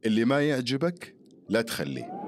اللي ما يعجبك لا تخليه.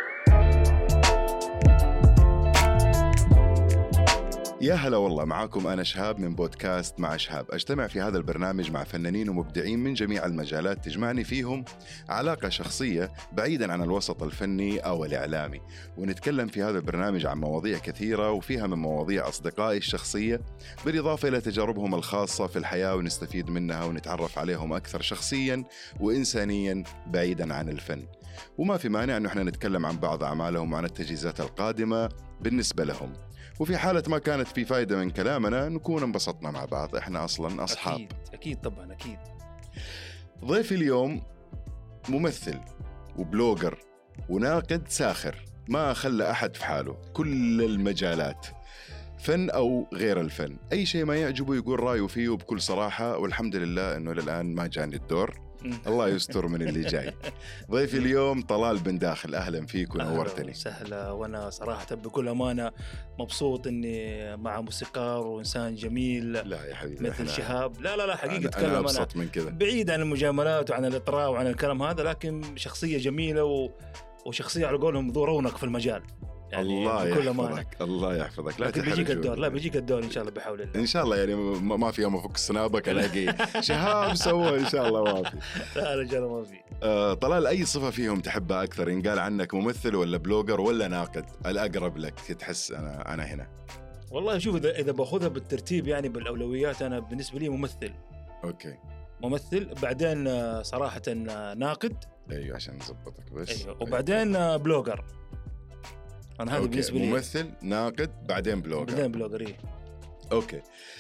يا هلا والله، معاكم أنا شهاب من بودكاست مع شهاب. أجتمع في هذا البرنامج مع فنانين ومبدعين من جميع المجالات تجمعني فيهم علاقة شخصية بعيداً عن الوسط الفني أو الإعلامي، ونتكلم في هذا البرنامج عن مواضيع كثيرة، وفيها من مواضيع أصدقائي الشخصية بالإضافة إلى تجاربهم الخاصة في الحياة، ونستفيد منها ونتعرف عليهم أكثر شخصياً وإنسانياً بعيداً عن الفن. وما في مانع أنه احنا نتكلم عن بعض أعمالهم وعن التجهيزات القادمة بالنسبة لهم، وفي حالة ما كانت في فايدة من كلامنا نكون انبسطنا مع بعض، احنا أصلاً أصحاب. أكيد طبعاً أكيد. ضيفي اليوم ممثل وبلوجر وناقد ساخر، ما خلى أحد في حاله، كل المجالات، فن أو غير الفن، أي شيء ما يعجبه يقول رأيه فيه بكل صراحة، والحمد لله أنه للآن ما جاني الدور. الله يستر من اللي جاي. ضيفي اليوم طلال بن داخل، أهلا فيك ونورتني. سهلة، وأنا صراحة بكل أمانة مبسوط أني مع موسيقار وإنسان جميل. لا يا حبيبي، مثل شهاب. لا حقيقة أنا أبسط من كذا، بعيد عن المجاملات وعن الإطراء وعن الكلام هذا، لكن شخصية جميلة وشخصية على قولهم ذو رونق في المجال. يعني الله يحفظك، الله يحفظك. لا بيجيك الدور، لا بيجيك الدور إن شاء الله بحول الله. إن شاء الله، يعني ما في يوم أفك سنابك ألاقي شهاب سوى، إن شاء الله ما في. لا إن شاء الله ما في. طلال، أي صفة فيهم تحبها أكثر؟ إن قال عنك ممثل ولا بلوجر ولا ناقد، الأقرب لك تحس أنا هنا؟ والله شوف، إذا بأخذها بالترتيب يعني بالأولويات، أنا بالنسبة لي ممثل. أوكي، ممثل، بعدين صراحة ناقد. أيوة عشان نزبطك بس. أيوة. وبعدين بلوجر. أنا هذا بالنسبة لي ممثل، ناقد، بعدين بلوجر. إيه. أوكي.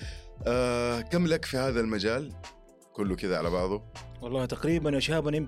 كم لك في هذا المجال كله كذا على بعضه؟ والله تقريبا يا شهاب أنا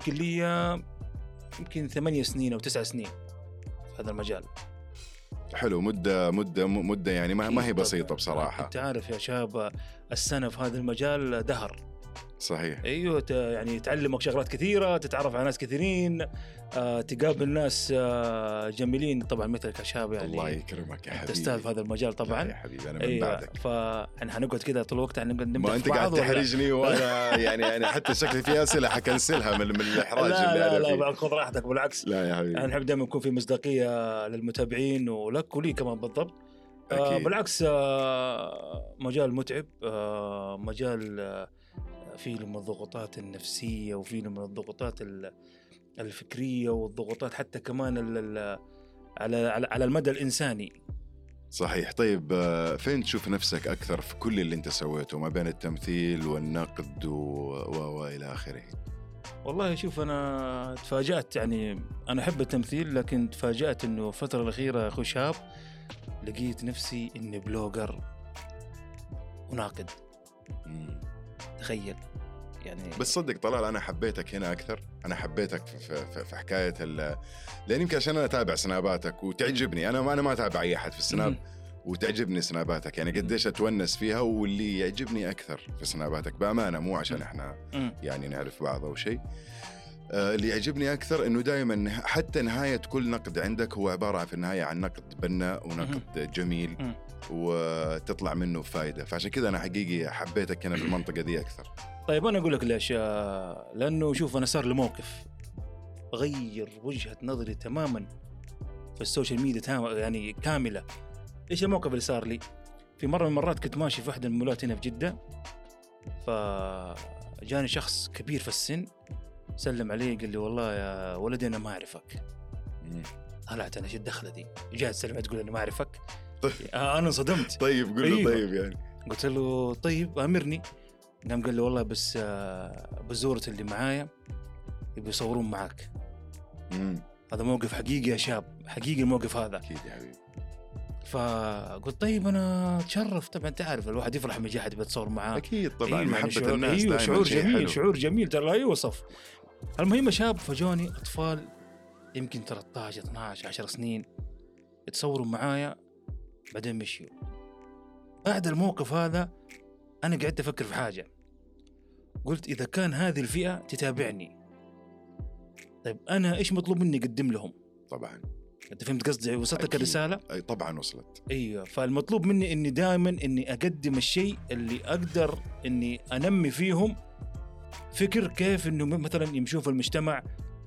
يمكن 8 سنين أو 9 سنين في هذا المجال. حلو، مدة يعني ما هي بسيطة بصراحة. أنت عارف يا شهاب، السنة في هذا المجال دهر. صحيح. ايوه، يعني تعلمك شغلات كثيره، تتعرف على ناس كثيرين، تقابل ناس جميلين طبعا مثلك يا شاب. يعني الله يكرمك يا حبيبي، تستاهل في هذا المجال طبعا. يا حبيبي انا من بعدك. فاحنا حنقعد كذا طول الوقت نمدح ما انت قاعد تحرجني وانا يعني حتى شكلي في اسئله حكنسلها من الاحراج اللي انا فيه. لا خذ راحتك، بالعكس. لا يا حبيبي، يعني نحب دائما يكون في مصداقيه للمتابعين ولك ولي كمان بالضبط. بالعكس، مجال متعب، مجال فيه من الضغوطات النفسية، وفيه من الضغوطات الفكرية، والضغوطات حتى كمان على المدى الإنساني. صحيح. طيب، فين تشوف نفسك أكثر في كل اللي أنت سويته ما بين التمثيل والنقد وإلى آخره؟ والله شوف، أنا تفاجأت، يعني أنا أحب التمثيل، لكن تفاجأت إنه الفترة الأخيرة يا أخو شاب لقيت نفسي إني بلوجر وناقد. تخيل يعني. بس صدق طلال، أنا حبيتك هنا أكثر. أنا حبيتك في حكاية لأن يمكن عشان أنا أتابع سناباتك وتعجبني. أنا ما أتابع أي أحد في السناب وتعجبني سناباتك، يعني قديش أتونس فيها. واللي يعجبني أكثر في سناباتك بأمانة، مو عشان إحنا يعني نعرف بعض أو شيء، اللي يعجبني أكثر إنه دائما حتى نهاية كل نقد عندك هو عبارة في النهاية عن نقد بناء ونقد جميل وتطلع منه فايدة. فعشان كذا أنا حقيقي حبيتك هنا في المنطقة دي أكثر. طيب أنا أقول لك ليش. لأنه شوف، أنا صار لي موقف غير وجهة نظري تماما في السوشيال ميديا يعني كاملة. إيش الموقف اللي صار لي؟ في مرة من المرات كنت ماشي في واحدة من المولات هنا في جدة، فجاني شخص كبير في السن، سلم علي، قال لي والله يا ولدي أنا ما أعرفك. طلعت أنا شو الدخلة دي؟ جاء تسلم تقول أنا ما أعرفك؟ أنا صدمت. طيب قل له. طيب يعني قلت له طيب أمرني. قال لي والله بس بزورة اللي معايا يبي يصورون معاك. هذا موقف حقيقي يا شاب، حقيقي الموقف هذا. أكيد يا حبيبي. فقلت طيب أنا أتشرف. طبعا تعرف الواحد يفرح من جهة بيتصور معاه. أكيد طبعا. محبة الناس دائما شعور جميل، شعور جميل ترى لا يوصف. المهم شاب، فجوني أطفال يمكن 13 12 10 سنين يتصوروا معايا، بعدين مشيوا. بعد الموقف هذا أنا قعدت أفكر في حاجة، قلت إذا كان هذه الفئة تتابعني، طيب أنا إيش مطلوب مني أقدم لهم؟ طبعا أنت فهمت قصدي؟ وصلتك الرسالة؟ أي طبعا وصلت. أيوة. فالمطلوب مني إني دائما إني أقدم الشيء اللي أقدر إني أنمي فيهم فكر كيف إنه مثلا يمشون في المجتمع،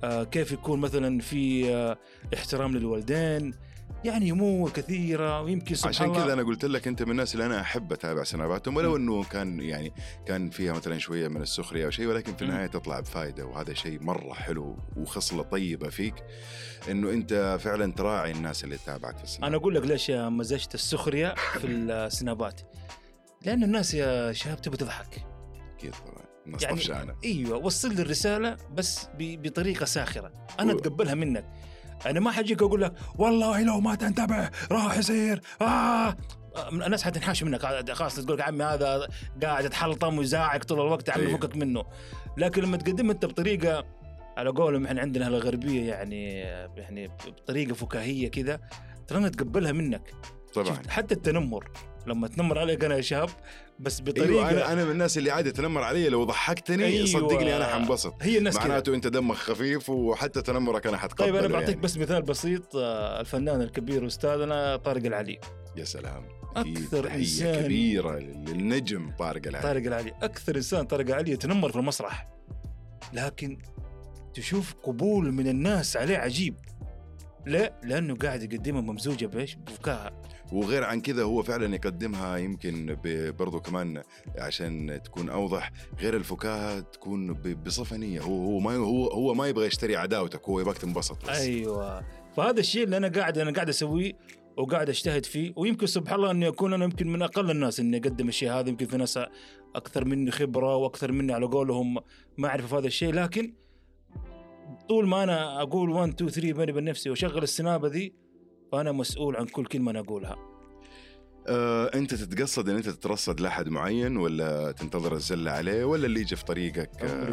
كيف يكون مثلا في احترام للوالدين، يعني امور كثيره. ويمكن سبحان عشان الله كذا انا قلت لك انت من الناس اللي انا احب اتابع سناباتهم، ولو انه كان فيها مثلا شويه من السخريه او شيء، ولكن في النهايه تطلع بفائده، وهذا شيء مره حلو وخصله طيبه فيك، انه انت فعلا تراعي الناس اللي تتابعك في السناب. انا اقول لك ليش مزجت السخريه في السنابات، لانه الناس يا شباب تبي تضحك. اكيد طبعا الناس طفشانه. ايوه، وصل لي الرساله بس بطريقه ساخره انا اتقبلها منك. انا ما حجيك اقول لك والله لو ما تنتبه راح يصير الناس حتنحاش منك، خلاص تقول يا عمي هذا قاعد يتحلطم ويزاعق طول الوقت، يا عمي فكك منه. لكن لما تقدم انت بطريقه على قولهم احنا عندنا الغربيه يعني بطريقه فكاهيه كذا، ترى انا اتقبلها منك طبعا. حتى التنمر لما تنمر عليك انا يا شاب بس بطريقه أيوة انا من الناس اللي عادي تنمر علي، لو ضحكتني أيوة صدقني انا حنبسط. هي الناس معناته انت دمك خفيف، وحتى تنمرك انا حتقبله. طيب انا بعطيك يعني. بس مثال بسيط. الفنان الكبير استاذنا طارق العلي، يا سلام، اكثر انسان كبيره للنجم طارق العلي. اكثر انسان طارق العلي يتنمر في المسرح، لكن تشوف قبول من الناس عليه عجيب. لا، لانه قاعد يقدمها ممزوجه بايش؟ بفكاهه. وغير عن كذا هو فعلا يقدمها يمكن برضو كمان عشان تكون اوضح، غير الفكاهه تكون بصفه نيه. هو ما يبغى يشتري عداوتك، هو يبغاك تنبسط بس. ايوه، فهذا الشيء اللي انا قاعد اسويه وقاعد اجتهد فيه. ويمكن سبحان الله اني اكون انا يمكن من اقل الناس اني اقدم الشيء هذا. يمكن في ناس اكثر مني خبره واكثر مني على قولهم معرفه في هذا الشيء، لكن طول ما انا اقول 1 2 3 بيني وبين نفسي واشغل السنابه ذي، فانا مسؤول عن كل كلمه انا اقولها. انت تتقصد ان انت تترصد لاحد معين، ولا تنتظر الزله عليه، ولا اللي يجي في طريقك؟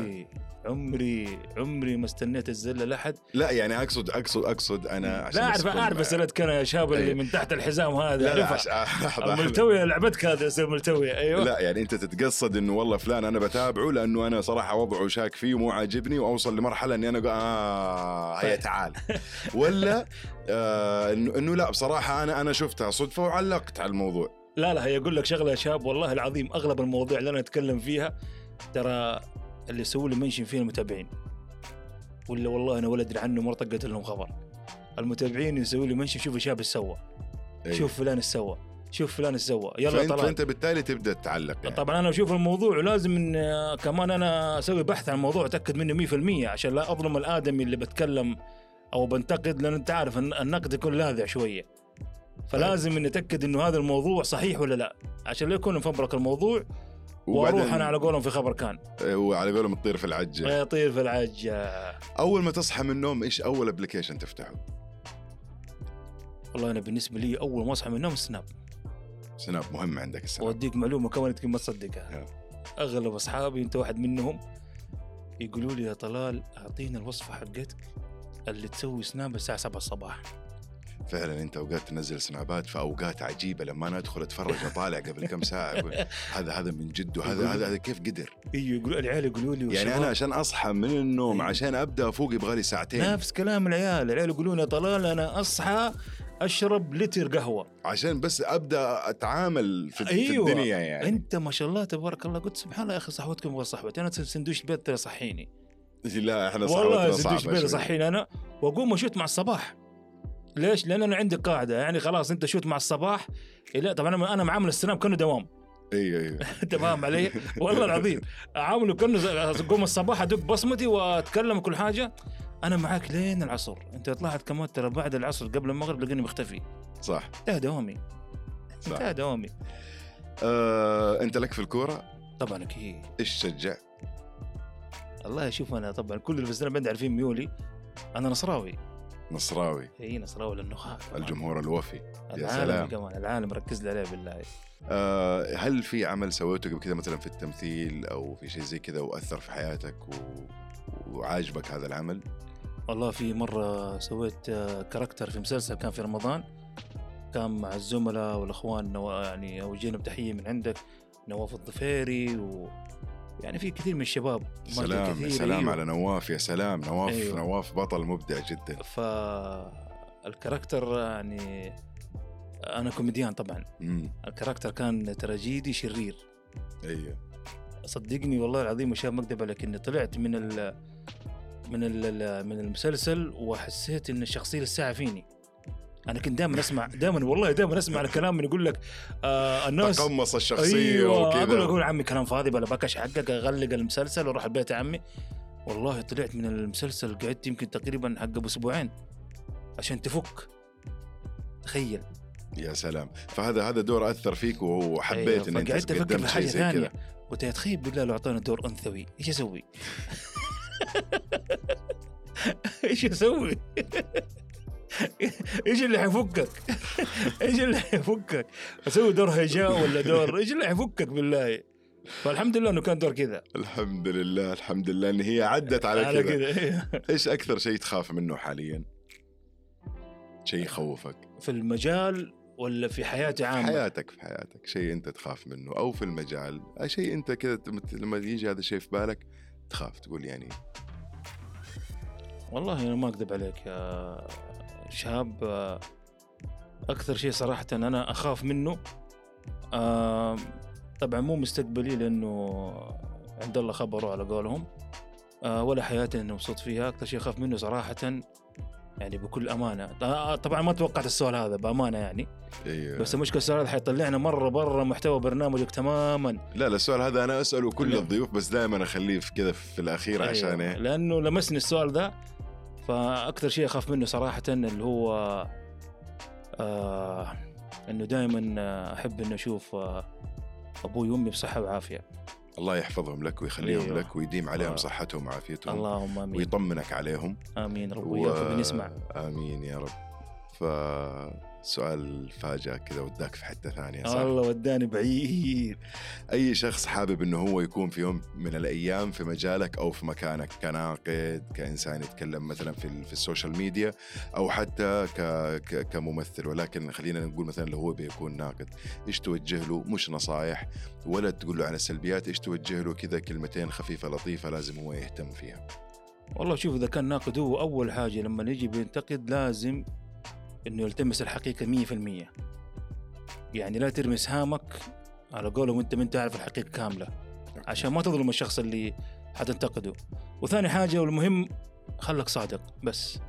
عمري ما استنيت الزله لاحد. لا يعني اقصد انا عشان لا اعرف اسالتك انا يا شاب اللي من تحت الحزام هذا. لا الملتوي لعبتك هذا يصير ملتوي. ايوه لا يعني انت تتقصد انه والله فلان انا بتابعه لانه انا صراحه وضعه شاك فيه ومو عاجبني، واوصل لمرحله اني انا هيا تعال، ولا انه لا بصراحه انا شفتها صدفه وعلقت على الموضوع. لا هي يقول لك شغله يا شاب، والله العظيم اغلب المواضيع اللي انا اتكلم فيها ترى اللي يسوي لي منشن فيه المتابعين، ولا والله انا ولا ادري عنه مره طقت لهم خبر. المتابعين يسوي لي منشن، شوف شاب السوى، شوف فلان السوى، شوف فلان السوى، يلا طلع. فانت بالتالي تبدا تعلق يعني. طبعا انا اشوف الموضوع ولازم إن كمان انا اسوي بحث عن الموضوع اتاكد منه 100% عشان لا اظلم الادمي اللي بتكلم او بنتقد، لان انت عارف النقد يكون لاذع شويه، فلازم نتاكد انه هذا الموضوع صحيح ولا لا عشان لا يكون مفبرك الموضوع واروح انا على قولهم في خبر كان، وعلى قولهم تطير في العجه. يطير في العجه. اول ما تصحى من النوم ايش اول ابلكيشن تفتحه؟ والله انا بالنسبه لي اول ما اصحى من النوم سناب مهم عندك السناب. واديك معلومه كمان يمكن ما تصدقها. اغلب اصحابي انت واحد منهم يقولوا لي يا طلال اعطينا الوصفه حقتك اللي تسوي سناب الساعه 7 الصباح. فعلا انت اوقات تنزل سنابات في اوقات عجيبه، لما انا ادخل اتفرج اطالع قبل كم ساعه اقول هذا من جد، وهذا كيف قدر؟ ايوه يقولوا العيال يقولوا لي يعني انا عشان اصحى من النوم عشان ابدا افوق يبغى لي ساعتين. نفس كلام العيال يقولون يا طلال انا اصحى اشرب لتر قهوه عشان بس ابدا اتعامل في أيوة. الدنيا يعني. انت ما شاء الله تبارك الله. قلت سبحان الله يا اخي صحوتكم غير صحبتي. انا سندويش بيض ترى صحيني. لا احنا والله سندويش بيض صحيني انا، واقوم اشوت مع الصباح. ليش؟ لان انا عندي قاعده يعني خلاص انت شوت مع الصباح. لا طبعا انا معامل السناب كانه دوام. ايوه انت فاهم علي؟ والله العظيم اعامله كانه اقوم الصباح ادق بصمتي واتكلم كل حاجه. انا معاك لين العصر. انت طلعت كمان ترى بعد العصر قبل المغرب لقيني مختفي. صح، انتهى دوامي. انتهى دوامي. انت لك في الكوره؟ طبعا اكيد. ايش تشجع؟ الله شوف انا طبعا كل اللي في السناب عندي عارفين ميولي. انا نصراوي. اي نصراوي للنخاع. الجمهور الوفي. يا سلام كمان العالم ركز لي عليه بالله. هل في عمل سويته قبل كذا مثلا في التمثيل او في شيء زي كذا واثر في حياتك وعاجبك هذا العمل؟ والله في مره سويت كاركتر في مسلسل كان في رمضان، كان مع الزملاء والاخوان يعني اوجينا بتحيه من عندك نواف الضفيري يعني في كثير من الشباب. سلام أيوة. على نواف. يا سلام نواف. أيوة. نواف بطل مبدع جدا. فالكاركتر يعني أنا كوميديان طبعا. الكاركتر كان تراجيدي شرير. أيوة. صدقني والله العظيم وشاب مكذب عليك إني طلعت من المسلسل وحسيت ان الشخصيه الساعه فيني. انا كنت دائما اسمع الكلام من يقول لك الناس تقمص الشخصيه. أيوة وكذا اقول عمي كلام فاضي بلا بكش حقك، اغلق المسلسل واروح البيت عمي. والله طلعت من المسلسل قعدت يمكن تقريبا حق اسبوعين عشان تفك. تخيل. يا سلام. فهذا دور اثر فيك وحبيت ان انت قعدت افكر في حاجه ثانيه. كذا. قلت اتخيل بالله لو اعطاني دور انثوي ايش اسوي؟ ايش اسوي؟ ايش اللي حيفكك؟ ايش اللي حيفكك؟ اسوي دور هجاء ولا دور ايش اللي حيفكك بالله؟ فالحمد لله انه كان دور كذا. الحمد لله ان هي عدت على كذا. ايش اكثر شيء تخاف منه حاليا؟ شيء يخوفك في المجال ولا في حياتي عامة؟ في حياتك شيء انت تخاف منه، او في المجال اي شيء انت كذا لما يجي هذا الشيء في بالك تخاف تقول يعني. والله انا ما اكذب عليك يا شهاب، اكثر شيء صراحة انا اخاف منه طبعا مو مستقبلي لانه عند الله خبره على قولهم، ولا حياتي انه مبسوط فيها. اكثر شيء اخاف منه صراحة يعني بكل امانه، طبعا ما توقعت السؤال هذا بامانه يعني. أيوة. بس المشكله السؤال هذا حيطلعنا مره برا محتوى برنامجك تماما. لا السؤال هذا انا اساله كل الضيوف، بس دائما اخليه في كذا في الاخير. أيوة. عشان إيه؟ لانه لمسني السؤال ذا. فاكثر شيء اخاف منه صراحه اللي هو انه دائما احب انه اشوف ابوي وامي بصحه وعافيه. الله يحفظهم لك ويخليهم. أيوة. لك ويديم عليهم صحتهم وعافيتهم. اللهم آمين. ويطمنك عليهم. آمين. رب وياك من يسمع. آمين يا رب. فسؤال فاجأ كذا وداك في حتة ثانية. صح؟ الله وداني بعيد. أي شخص حابب إنه هو يكون في يوم من الأيام في مجالك أو في مكانك كناقد، كإنسان يتكلم مثلا في السوشيال ميديا، أو حتى كممثل، ولكن خلينا نقول مثلا لو هو بيكون ناقد، إيش توجه له؟ مش نصايح ولا تقول له عن السلبيات، إيش توجه له كذا كلمتين خفيفة لطيفة لازم هو يهتم فيها؟ والله شوف، إذا كان ناقد هو أول حاجة لما يجي بينتقد لازم إنه يلتمس الحقيقة 100%. يعني لا ترمي سهامك على قولهم أنت من تعرف الحقيقة كاملة، عشان ما تظلم الشخص اللي حتنتقده. وثاني حاجة والمهم، خلك صادق بس.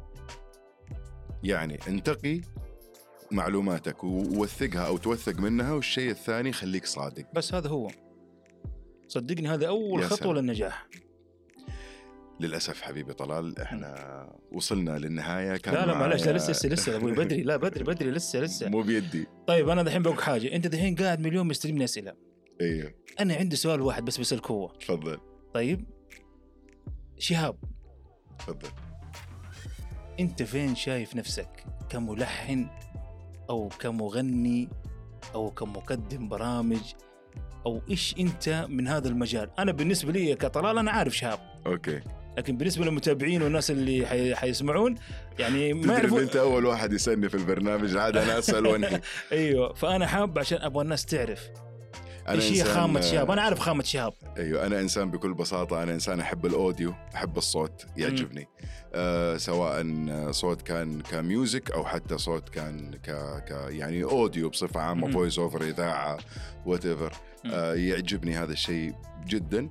يعني انتقي معلوماتك ووثقها أو توثق منها، والشيء الثاني خليك صادق. بس هذا هو، صدقني هذا أول خطوة للنجاح. للأسف حبيبي طلال احنا وصلنا للنهاية. كان لا معلش، لسه أبوي بدري. لا بدري لسه مو بيدي. طيب أنا دحين بقول حاجة، أنت دحين قاعد مليون مستلمني أسئلة. أيوه. أنا عندي سؤال واحد بس بسألك هو. تفضل. طيب شهاب، تفضل. أنت فين شايف نفسك كملحن أو كمغني أو كمقدم برامج، أو إيش أنت من هذا المجال؟ أنا بالنسبة لي كطلال أنا عارف شهاب. أوكي. لكن بالنسبة للمتابعين والناس اللي حيسمعون يعني ما يعرفوا. أنت أول واحد يسألني في البرنامج، عاد أنا أسأل وانهي. أيوة، فأنا حاب عشان أبغى الناس تعرف إيش هي خامة شهاب. أنا أعرف خامة شهاب. أيوة، أنا إنسان بكل بساطة، أنا إنسان أحب الأوديو، أحب الصوت يعجبني. سواء صوت كان كميوزك أو حتى صوت كان يعني أوديو بصفة عامة، فويس أوفر، إذاعة، whatever. يعجبني هذا الشيء جدا.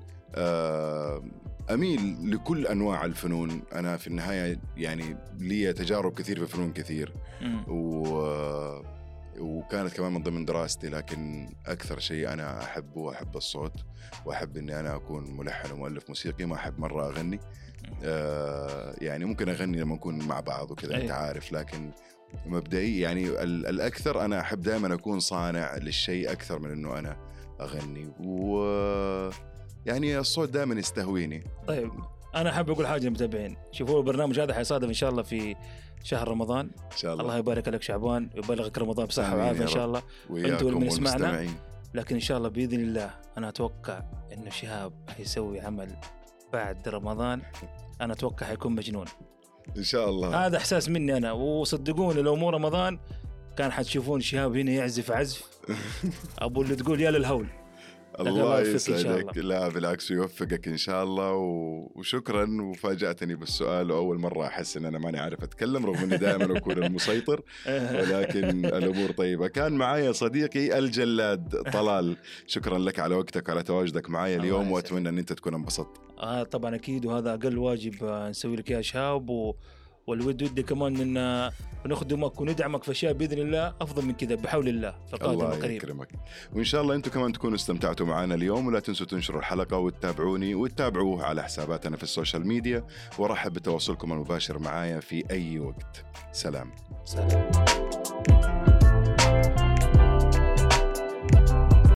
أميل لكل أنواع الفنون. أنا في النهاية يعني لي تجارب كثير في فنون كثير، وكانت كمان من ضمن دراستي. لكن أكثر شيء أنا أحبه، أحب الصوت، وأحب أني أنا أكون ملحن ومؤلف موسيقي. ما أحب مرة أغني. يعني ممكن أغني لما نكون مع بعض وكذا، أنت عارف. لكن مبدئي يعني الأكثر أنا أحب دائما أكون صانع للشيء أكثر من أنه أنا أغني. يعني الصوت دائما يستهويني. طيب أنا أحب أقول حاجة للمتابعين. شوفوا البرنامج هذا حيصادف إن شاء الله في شهر رمضان إن شاء الله. الله يبارك لك شعبان، ويبلغك رمضان بصحة وعافية إن شاء الله، وأنتوا اللي يسمعنا. لكن إن شاء الله بإذن الله أنا أتوقع إنه شهاب حيسوي عمل بعد رمضان. أنا أتوقع حيكون مجنون إن شاء الله. هذا إحساس مني أنا، وصدقوني لو مو رمضان كان حتشوفون شهاب هنا يعزف عزف أبو اللي تقول يا للهول. الله يسعدك. لا بالعكس يوفقك إن شاء الله. وشكرا. وفاجأتني بالسؤال، وأول مرة أحس إن أنا ماني عارف أتكلم رغم إني دائما أكون المسيطر، ولكن الأمور طيبة. كان معايا صديقي الجلاد طلال، شكرا لك على وقتك وعلى تواجدك معايا اليوم، وأتمنى أن أنت تكون انبسطت. طبعا أكيد، وهذا أقل واجب نسوي لك يا شهاب، والود كمان ان نخدمك وندعمك في اشياء باذن الله افضل من كذا بحول الله في القادم القريب. الله يكرمك، وان شاء الله انتم كمان تكونوا استمتعتوا معنا اليوم. ولا تنسوا تنشروا الحلقه وتتابعوني وتتابعوه على حساباتنا في السوشيال ميديا، وارحب بتواصلكم المباشر معايا في اي وقت. سلام.